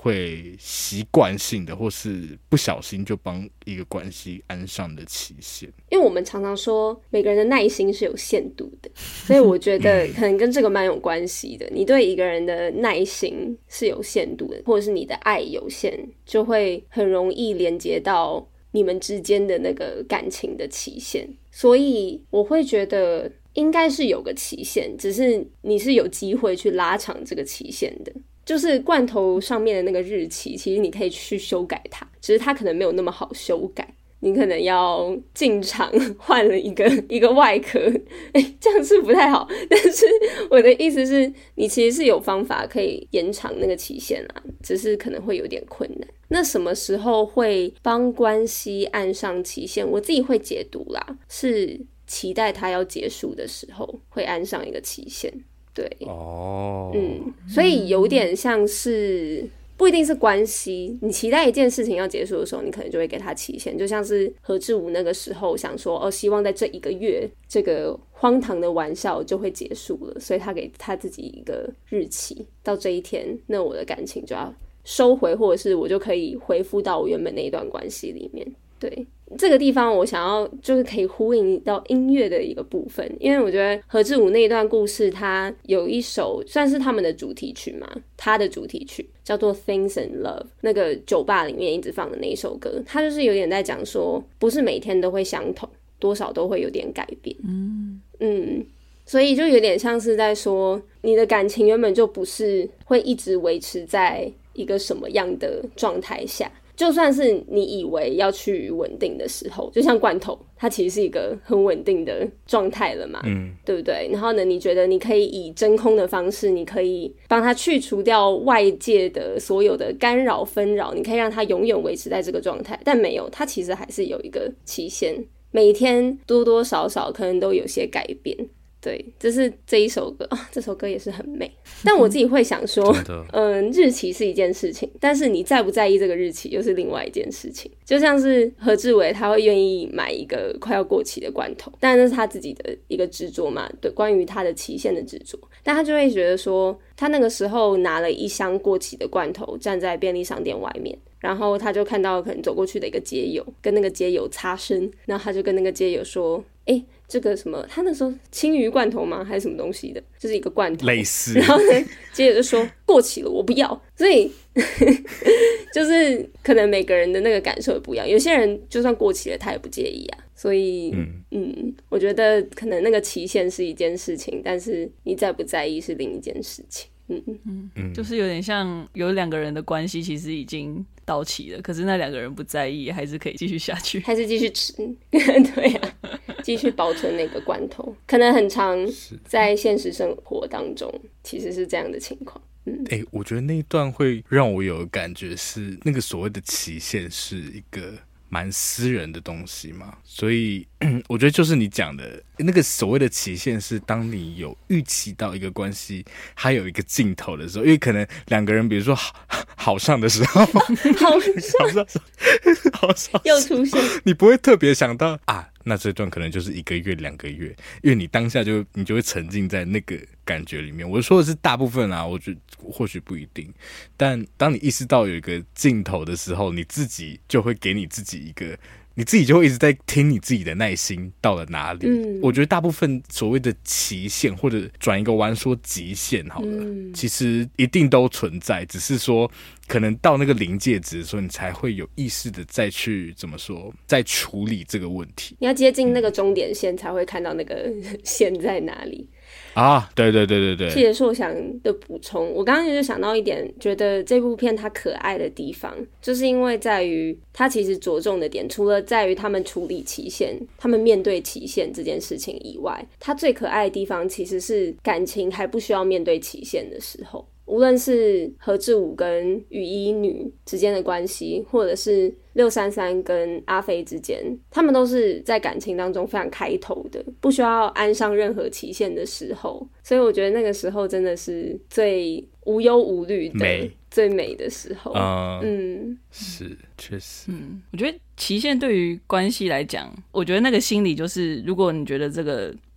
会习惯性的或是不小心就帮一个关系安上的期限？ 因为我们常常说每个人的耐心是有限度的，所以我觉得可能跟这个蛮有关系的。你对一个人的耐心是有限度的，或者是你的爱有限，就会很容易连接到你们之间的那个感情的期限。所以我会觉得应该是有个期限，只是你是有机会去拉长这个期限的。就是罐头上面的那个日期，其实你可以去修改它，只是它可能没有那么好修改，你可能要进厂换了一个外壳，这样是不太好。但是我的意思是，你其实是有方法可以延长那个期限啦，只是可能会有点困难。那什么时候会帮关系按上期限？我自己会解读啦，是期待它要结束的时候会按上一个期限。对，所以有点像是不一定是关系，你期待一件事情要结束的时候，你可能就会给他期限，就像是何志武那个时候想说希望在这1个月这个荒唐的玩笑就会结束了，所以他给他自己一个日期，到这一天那我的感情就要收回，或者是我就可以恢复到我原本那一段关系里面。对，这个地方我想要就是可以呼应到音乐的一个部分，因为我觉得何志武那一段故事，他有一首算是他们的主题曲嘛，他的主题曲叫做 Things and Love， 那个酒吧里面一直放的那一首歌，他就是有点在讲说不是每天都会相同，多少都会有点改变。所以就有点像是在说你的感情原本就不是会一直维持在一个什么样的状态下，就算是你以为要去稳定的时候，就像罐头它其实是一个很稳定的状态了嘛，对不对？然后呢，你觉得你可以以真空的方式，你可以帮它去除掉外界的所有的干扰纷扰，你可以让它永远维持在这个状态，但没有，它其实还是有一个期限，每天多多少少可能都有些改变。对，这是这一首歌这首歌也是很美，但我自己会想说日期是一件事情，但是你在不在意这个日期又是另外一件事情。就像是何志伟他会愿意买一个快要过期的罐头，但那是他自己的一个执着嘛，对，关于他的期限的执着，但他就会觉得说他那个时候拿了一箱过期的罐头站在便利商店外面，然后他就看到可能走过去的一个街友跟那个街友擦身，然后他就跟那个街友说这个什么，他那时候青鱼罐头吗还是什么东西的，就是一个罐头类似， 然后呢街友就说过期了我不要。所以就是可能每个人的那个感受也不一样，有些人就算过期了他也不介意啊。所以我觉得可能那个期限是一件事情，但是你在不在意是另一件事情。 就是有点像有2个人的关系其实已经到期了，可是那2个人不在意，还是可以继续下去， 还是继续吃对啊，继续保存那个罐头，可能很常在现实生活当中其实是这样的情况。 我觉得那一段会让我有感觉是那个所谓的期限是一个蛮私人的东西嘛，所以我觉得就是你讲的那个所谓的期限是当你有预期到一个关系还有一个尽头的时候，因为可能2个人比如说好上的时候好上又出现， 你不会特别想到那这段可能就是1个月2个月，因为你当下你就会沉浸在那个感觉里面。我说的是大部分我觉得或许不一定，但当你意识到有一个尽头的时候，你自己就会给你自己一个，你自己就会一直在听你自己的耐心到了哪里。我觉得大部分所谓的期限或者转一个弯说极限好了，其实一定都存在，只是说可能到那个临界值的时候，你才会有意识的再去怎么说，再处理这个问题。 你要接近那个终点线，才会看到那个线在哪里。 对， 谢谢硕翔的补充。我刚刚就想到一点，觉得这部片它可爱的地方，就是因为在于它其实着重的点，除了在于他们处理期限、他们面对期限这件事情以外，它最可爱的地方其实是感情还不需要面对期限的时候。无论是何志武跟雨衣女之间的关系，或者是633跟阿飞之间，他们都是在感情当中非常开头的，不需要安上任何期限的时候。所以我觉得那个时候真的是最无忧无虑的最美的时候。 是确实。 我觉得期限对于关系来讲，我觉得那个心理就是，如果你觉得这个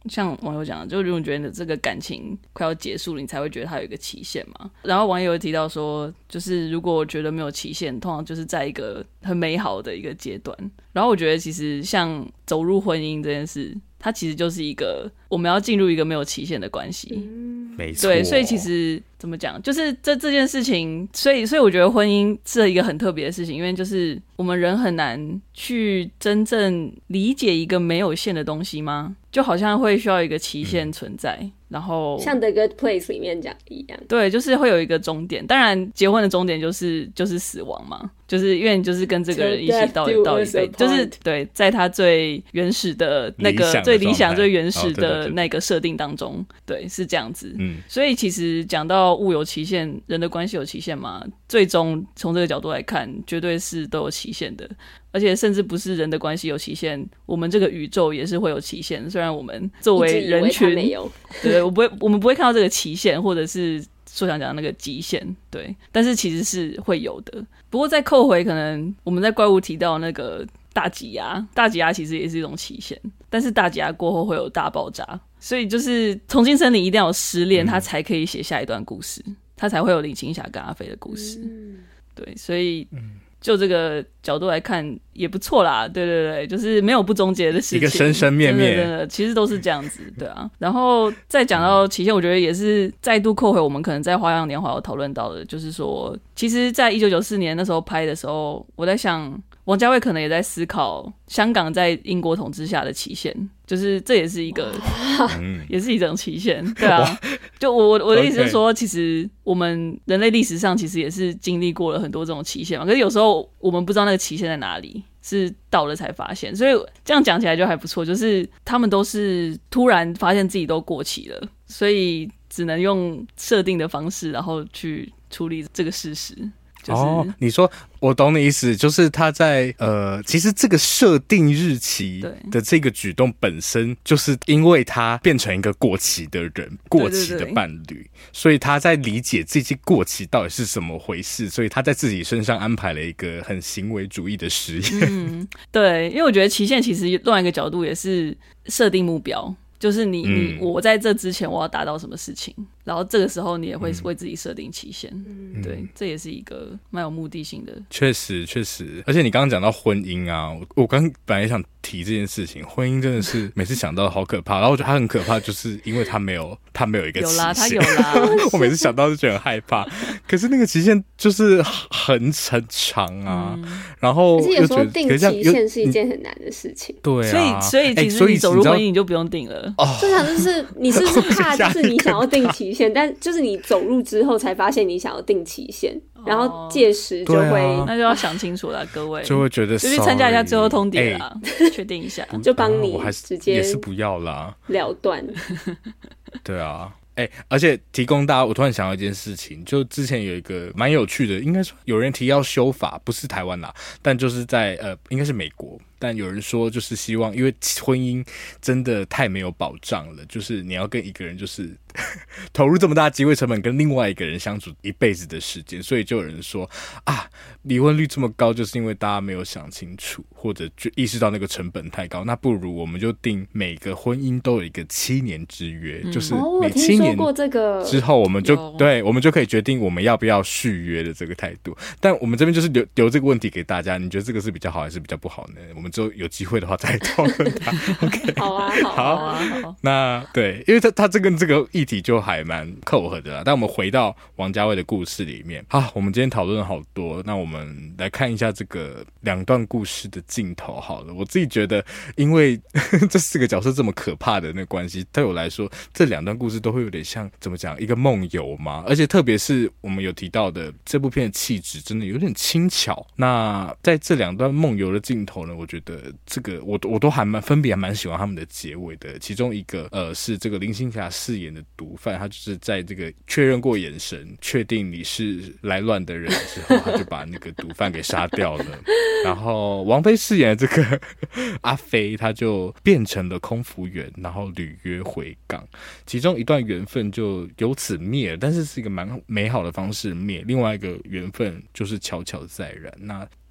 像网友讲的，就如果你觉得这个感情快要结束了，你才会觉得它有一个期限嘛。然后网友有提到说，就是如果我觉得没有期限，通常就是在一个很美好的一个阶段。然后我觉得其实像走入婚姻这件事，它其实就是一个我们要进入一个没有期限的关系。 没错。 对，所以其实怎么讲，就是这件事情，所以我觉得婚姻是一个很特别的事情，因为就是我们人很难去真正理解一个没有限的东西吗？就好像会需要一个期限存在，然后像 The Good Place 里面讲一样， 对，就是会有一个终点。当然，结婚的终点就是死亡嘛，就是因为你就是跟这个人一起到一辈子，就是对，在他最原始的那个最理想、最原始的那个设定当中，对，是这样子。所以其实讲到物有期限，人的关系有期限嘛，最终从这个角度来看，绝对是都有期限的。而且甚至不是人的关系有期限，我们这个宇宙也是会有期限。虽然我们作为人群，对，我们不会看到这个期限，或者是所想讲的那个极限，对，但是其实是会有的。不过再扣回，可能我们在怪物提到那个大挤压其实也是一种期限，但是大挤压过后会有大爆炸，所以就是重庆森林一定要有失恋，他才可以写下一段故事，他才会有林青霞跟阿飞的故事。对，所以就这个角度来看也不错啦，对对对，就是没有不终结的事情， 一个生生灭灭， 真的其实都是这样子，对啊。然后再讲到期限，我觉得也是再度扣回我们可能在《花样年华》有讨论到的，就是说，其实在1994年那时候拍的时候，我在想，王家卫可能也在思考香港在英国统治下的期限，就是这也是一个也是一种期限，对啊。就我的意思是说，其实我们人类历史上其实也是经历过了很多这种期限嘛，可是有时候我们不知道那个期限在哪里，是到了才发现，所以这样讲起来就还不错，就是他们都是突然发现自己都过期了，所以只能用设定的方式然后去处理这个事实。就是、 你说我懂你意思，就是他在其实这个设定日期的这个举动本身，就是因为他变成一个过期的人，过期的伴侣，所以他在理解这些过期到底是怎么回事，所以他在自己身上安排了一个很行为主义的实验。 对，因为我觉得期限其实另外一个角度也是设定目标。就是我在这之前我要达到什么事情，然后这个时候你也会为自己设定期限，对，这也是一个蛮有目的性的。 确实，而且你刚刚讲到婚姻啊，我刚本来也想提这件事情，婚姻真的是每次想到好可怕，然后我觉得它很可怕，就是因为它没有一个期限， 它有啦， 我每次想到就觉得很害怕。可是那个期限就是很长啊，然后而且有时候定期限是一件很难的事情。 对啊， 所以其实你走入婚姻你就不用定了。 就想就是你是不是怕就是你想要定期限，但就是你走入之后才发现你想要定期限，然后届时就会、 那就要想清楚了，各位就会觉得就去参加一下最后通牒啦，确定一下， 就帮你直接也是不要啦， 了断。 对啊。而且提供大家，我突然想到一件事情，就之前有一个蛮有趣的，应该说有人提要修法，不是台湾啦，但就是在应该是美国，但有人说就是希望，因为婚姻真的太没有保障了，就是你要跟一个人就是投入这么大机会成本跟另外一个人相处一辈子的时间，所以就有人说啊，离婚率这么高就是因为大家没有想清楚，或者就意识到那个成本太高，那不如我们就定每个婚姻都有一个7年之约，就是每7年之后我们就对，我们就可以决定我们要不要续约的这个态度。但我们这边就是留这个问题给大家，你觉得这个是比较好还是比较不好呢？我们之后有机会的话再讨论它。OK， 好啊，好。 那对，因为他这跟这个议题就还蛮扣合的啦。但我们回到王家卫的故事里面，我们今天讨论了好多，那我们来看一下这个2段故事的镜头好了。我自己觉得，因为这4个角色这么可怕的那个关系，对我来说，这2段故事都会有点像怎么讲一个梦游嘛。而且特别是我们有提到的这部片的气质，真的有点轻巧。那在这2段梦游的镜头呢，我觉得这个我都还分别还蛮喜欢他们的结尾的。其中一个是这个林青霞饰演的毒贩，他就是在这个确认过眼神，确定你是来乱的人之后，他就把那个毒贩给杀掉了。然后王菲饰演的这个阿飞，他就变成了空服员，然后履约回港。其中一段缘分就由此灭了，但是是一个蛮美好的方式灭。另外一个缘分就是悄悄在燃。那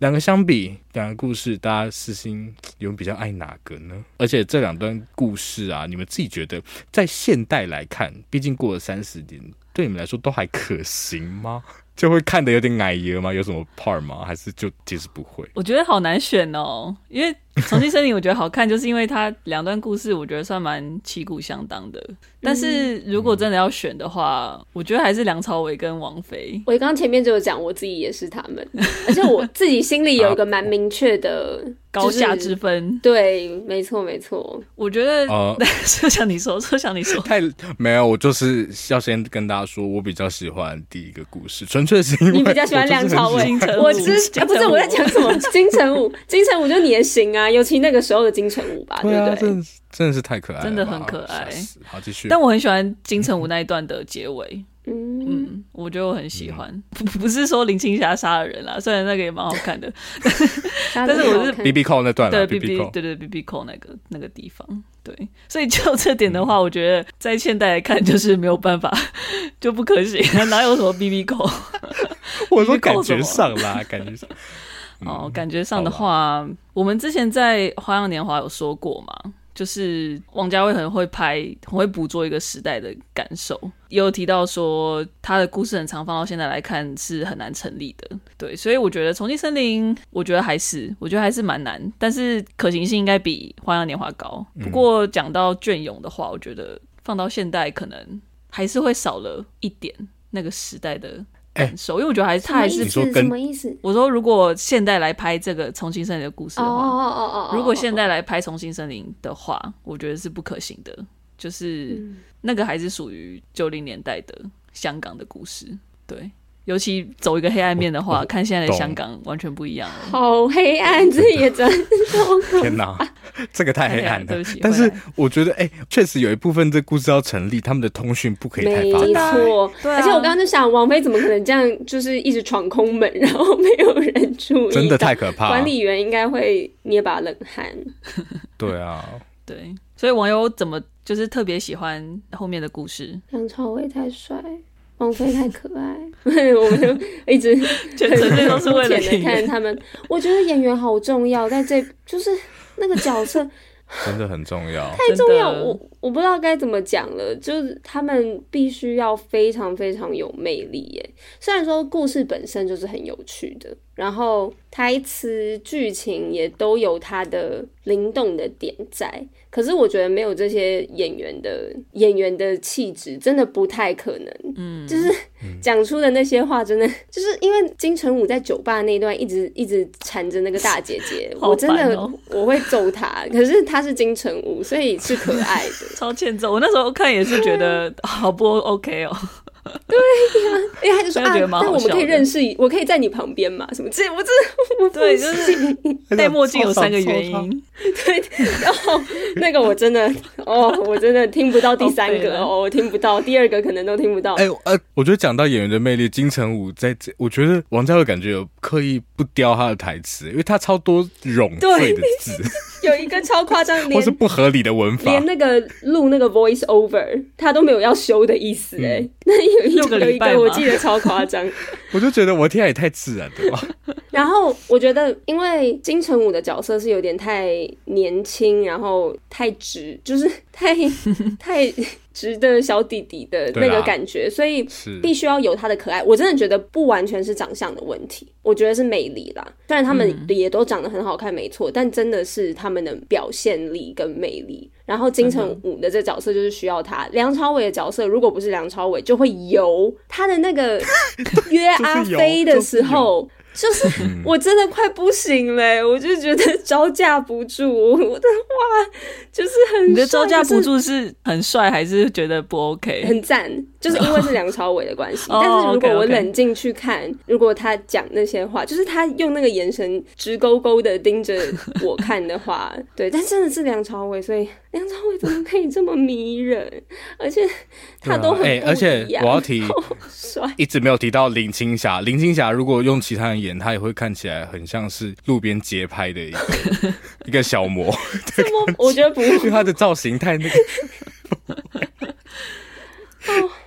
两个相比，两个故事，大家私心有比较爱哪个呢？而且这两段故事啊，你们自己觉得在现代来看，毕竟过了30年，对你们来说都还可行吗？就会看得有点矮油吗？有什么 part 吗？还是就其实不会？ 我觉得好难选哦，因为重庆森林我觉得好看，就是因为它两段故事我觉得算蛮旗鼓相当的。但是如果真的要选的话，我觉得还是梁朝伟跟王菲。 我刚刚前面就有讲，我自己也是他们，而且我自己心里有一个蛮明确的高下之分。 对，没错没错。 我觉得说想你说太没有，我就是要先跟大家说，我比较喜欢第一个故事，纯粹是因为你比较喜欢梁朝伟。不是我在讲什么金城武，金城武就你的型啊，尤其那个时候的金城武吧，对不对？ 真的是太可爱了， 真的很可爱。 好，继续。 但我很喜欢金城武那一段的结尾。我觉得我很喜欢，不是说林青霞杀了人啦，虽然那个也蛮好看的，但是我是 BB 扣那段啦， 对 BB 扣那个地方，对，所以就这点的话，我觉得在现代来看就是没有办法，就不可行，哪有什么 BB 扣？ 我说感觉上啦，感觉上。 感觉上的话，我们之前在《花样年华》有说过嘛，就是王家卫很会拍，很会捕捉一个时代的感受，也有提到说他的故事很常放到现在来看是很难成立的。对，所以我觉得《重庆森林》我觉得还是蛮难，但是可行性应该比《花样年华》高。不过讲到隽永的话，我觉得放到现代可能还是会少了一点那个时代的感受，因为我觉得他还是什么意思？ 我说如果现代来拍这个重庆森林的故事的话，如果现代来拍重庆森林的话，我觉得是不可行的，就是那个还是属于90年代的香港的故事，对。尤其走一个黑暗面的话，看现在的香港完全不一样了。 好黑暗，这也真的天哪，这个太黑暗了。对不起，但是我觉得，确实有一部分这故事要成立，他们的通讯不可以太发达。 没错，而且我刚刚就想，王菲怎么可能这样，就是一直闯空门，然后没有人注意， 真的太可怕了。 管理员应该会捏把冷汗。 对啊， 对，所以网友怎么就是特别喜欢后面的故事？ 梁朝伟太帅。王菲太可爱，我们就一直全程都是为了看他们。我觉得演员好重要，在这就是那个角色真的很重要， 太重要。我不知道该怎么讲了，就是他们必须要非常非常有魅力耶。虽然说故事本身就是很有趣的，然后台词、剧情也都有它的灵动的点在，可是我觉得没有这些演员的气质，真的不太可能。就是讲出的那些话，真的就是因为金城武在酒吧那一段一直缠着那个大姐姐，我真的我会揍他。可是他是金城武，所以是可爱的。 超欠揍！我那时候看也是觉得好不 OK 哦。 对呀，因为他就说但我们可以认识，我可以在你旁边嘛？什么这我真的对，就是戴墨镜有3个原因。 对，然后那个我真的我真的听不到第3个我听不到，第2个可能都听不到。 我觉得讲到演员的魅力，金城武我觉得王家卫感觉有刻意不雕他的台词，因为他超多冗赘的字。 有一个超夸张， 或是不合理的文法， 连那个录那个 voice over 他都没有要修的意思那有一个我记得超夸张。 我就觉得我天啊，也太自然了吧。 然后我觉得因为金城武的角色是有点太年轻，然后太直，就是太直的小弟弟的那个感觉，所以必须要有他的可爱。我真的觉得不完全是长相的问题，我觉得是魅力啦。虽然他们也都长得很好看没错，但真的是他们的表现力跟魅力。然后金城武的这角色就是需要他，梁朝伟的角色如果不是梁朝伟就会油。他的那个约阿飞的时候就是我真的快不行了我就觉得招架不住，我的哇就是很帅。 你的招架不住是很帅还是觉得不 OK？ 很赞，就是因为是梁朝伟的关系。但是如果我冷静去看，如果他讲那些话，就是他用那个眼神直勾勾的盯着我看的话对，但真的是梁朝伟，所以梁朝伟怎么可以这么迷人？而且他都很不一样。 而且我要提一直没有提到林青霞。林青霞如果用其他人演，她也会看起来很像是路边街拍的一个小模。 我觉得不会， 因为她的造型太那个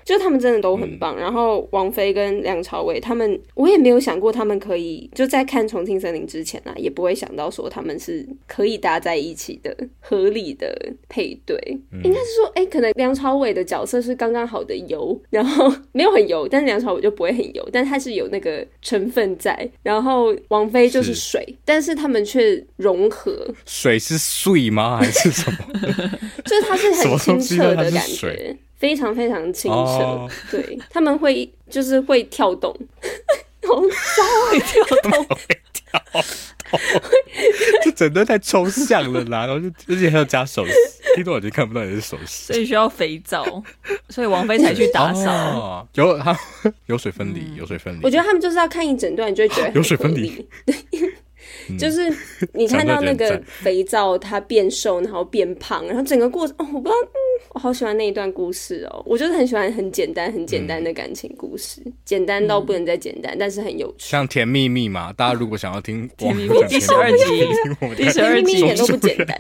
就他们真的都很棒。然后王菲跟梁朝伟他们，我也没有想过他们可以就在看《重庆森林》之前啊，也不会想到说他们是可以搭在一起的合理的配对。应该是说可能梁朝伟的角色是刚刚好的油，然后没有很油，但是梁朝伟就不会很油，但他是有那个成分在。然后王菲就是水，但是他们却融合。 水是水吗？还是什么？ 就是它是很清澈的感觉，非常非常清澈。对，他们会就是会跳动，好骚会跳动。 这整段太抽象了啦，然后而且还要加手势，听多少集看不到也是手势， 所以需要肥皂，所以王菲才去打扫。 有水分离，有水分离。 我觉得他们就是要看一整段，你就会觉得有水分离。 就是你看到那个肥皂它变瘦然后变胖，然后整个过程我不知道我好喜欢那一段故事哦。我就是很喜欢很简单的感情故事，简单到不能再简单，但是很有趣。 像甜蜜蜜嘛，大家如果想要听甜蜜蜜第12集，第12集一点都不简单。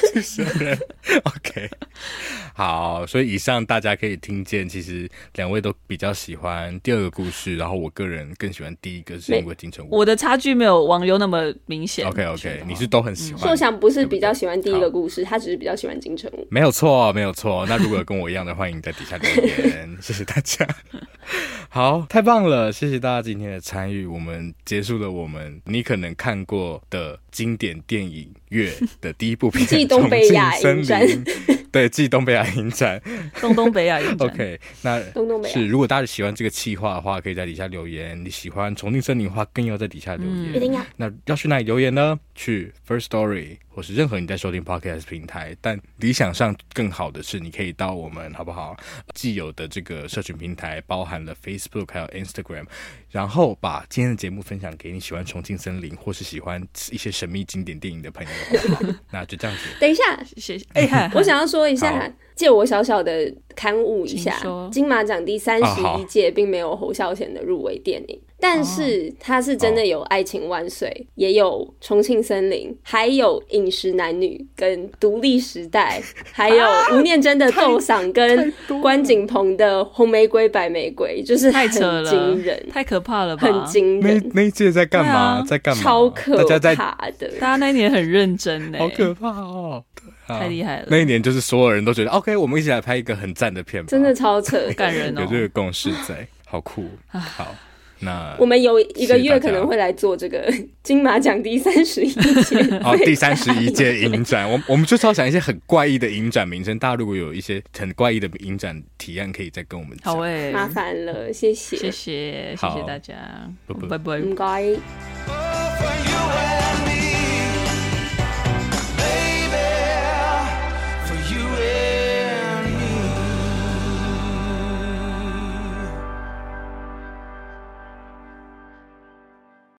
OK， 好，所以以上大家可以听见，其实两位都比较喜欢第二个故事，然后我个人更喜欢第一个，是因为金城武。 我的差距没有网友那么明显。 OK， 你是都很喜欢。 硕翔不是比较喜欢第一个故事，他只是比较喜欢金城武。 没有错，没有错。那如果有跟我一样的，欢迎在底下留言，谢谢大家。好，太棒了，谢谢大家今天的参与。我们结束了你可能看过的经典电影月的第一部片《 继东北亚影展》。 对，继东北亚影展， 东北亚影展。 OK， 那是如果大家喜欢这个企划的话，可以在底下留言。你喜欢重庆森林的话，更要在底下留言。 一定要。 那要去哪里留言呢？去 First Story 或是任何你在收听 Podcast 平台。但理想上更好的是，你可以到我们好不好既有的这个社群平台，包含了 Facebook 还有 Instagram， 然后把今天的节目分享给你喜欢重庆森林或是喜欢一些神秘经典电影的朋友，好不好？那就这样子。 等一下， 谢谢。 我想要说一下，借我小小的刊物一下，金马奖第31届并没有侯孝贤的入围电影，但是他是真的有《爱情万岁》，也有《重庆森林》，还有《饮食男女》跟《独立时代》，还有吴念真的《斗嗓》跟关锦鹏的《红玫瑰白玫瑰》，就是很惊人， 太可怕了吧？ 很惊人。 那一届在干嘛？在干嘛？ 超可怕的， 大家那一年很认真好可怕哦！ 太厉害了！ 那一年就是所有人都觉得 OK， 我们一起来拍一个很赞的片吧， 真的超扯， 感人哦， 有这个共识在，好酷。好，那我们有一个月可能会来做这个金马奖第31届第31届影展。我们就是要想一些很怪异的影展名称，大家如果有一些很怪异的影展提案，可以再跟我们讲。 好麻烦了，谢谢大家，拜拜， 不该。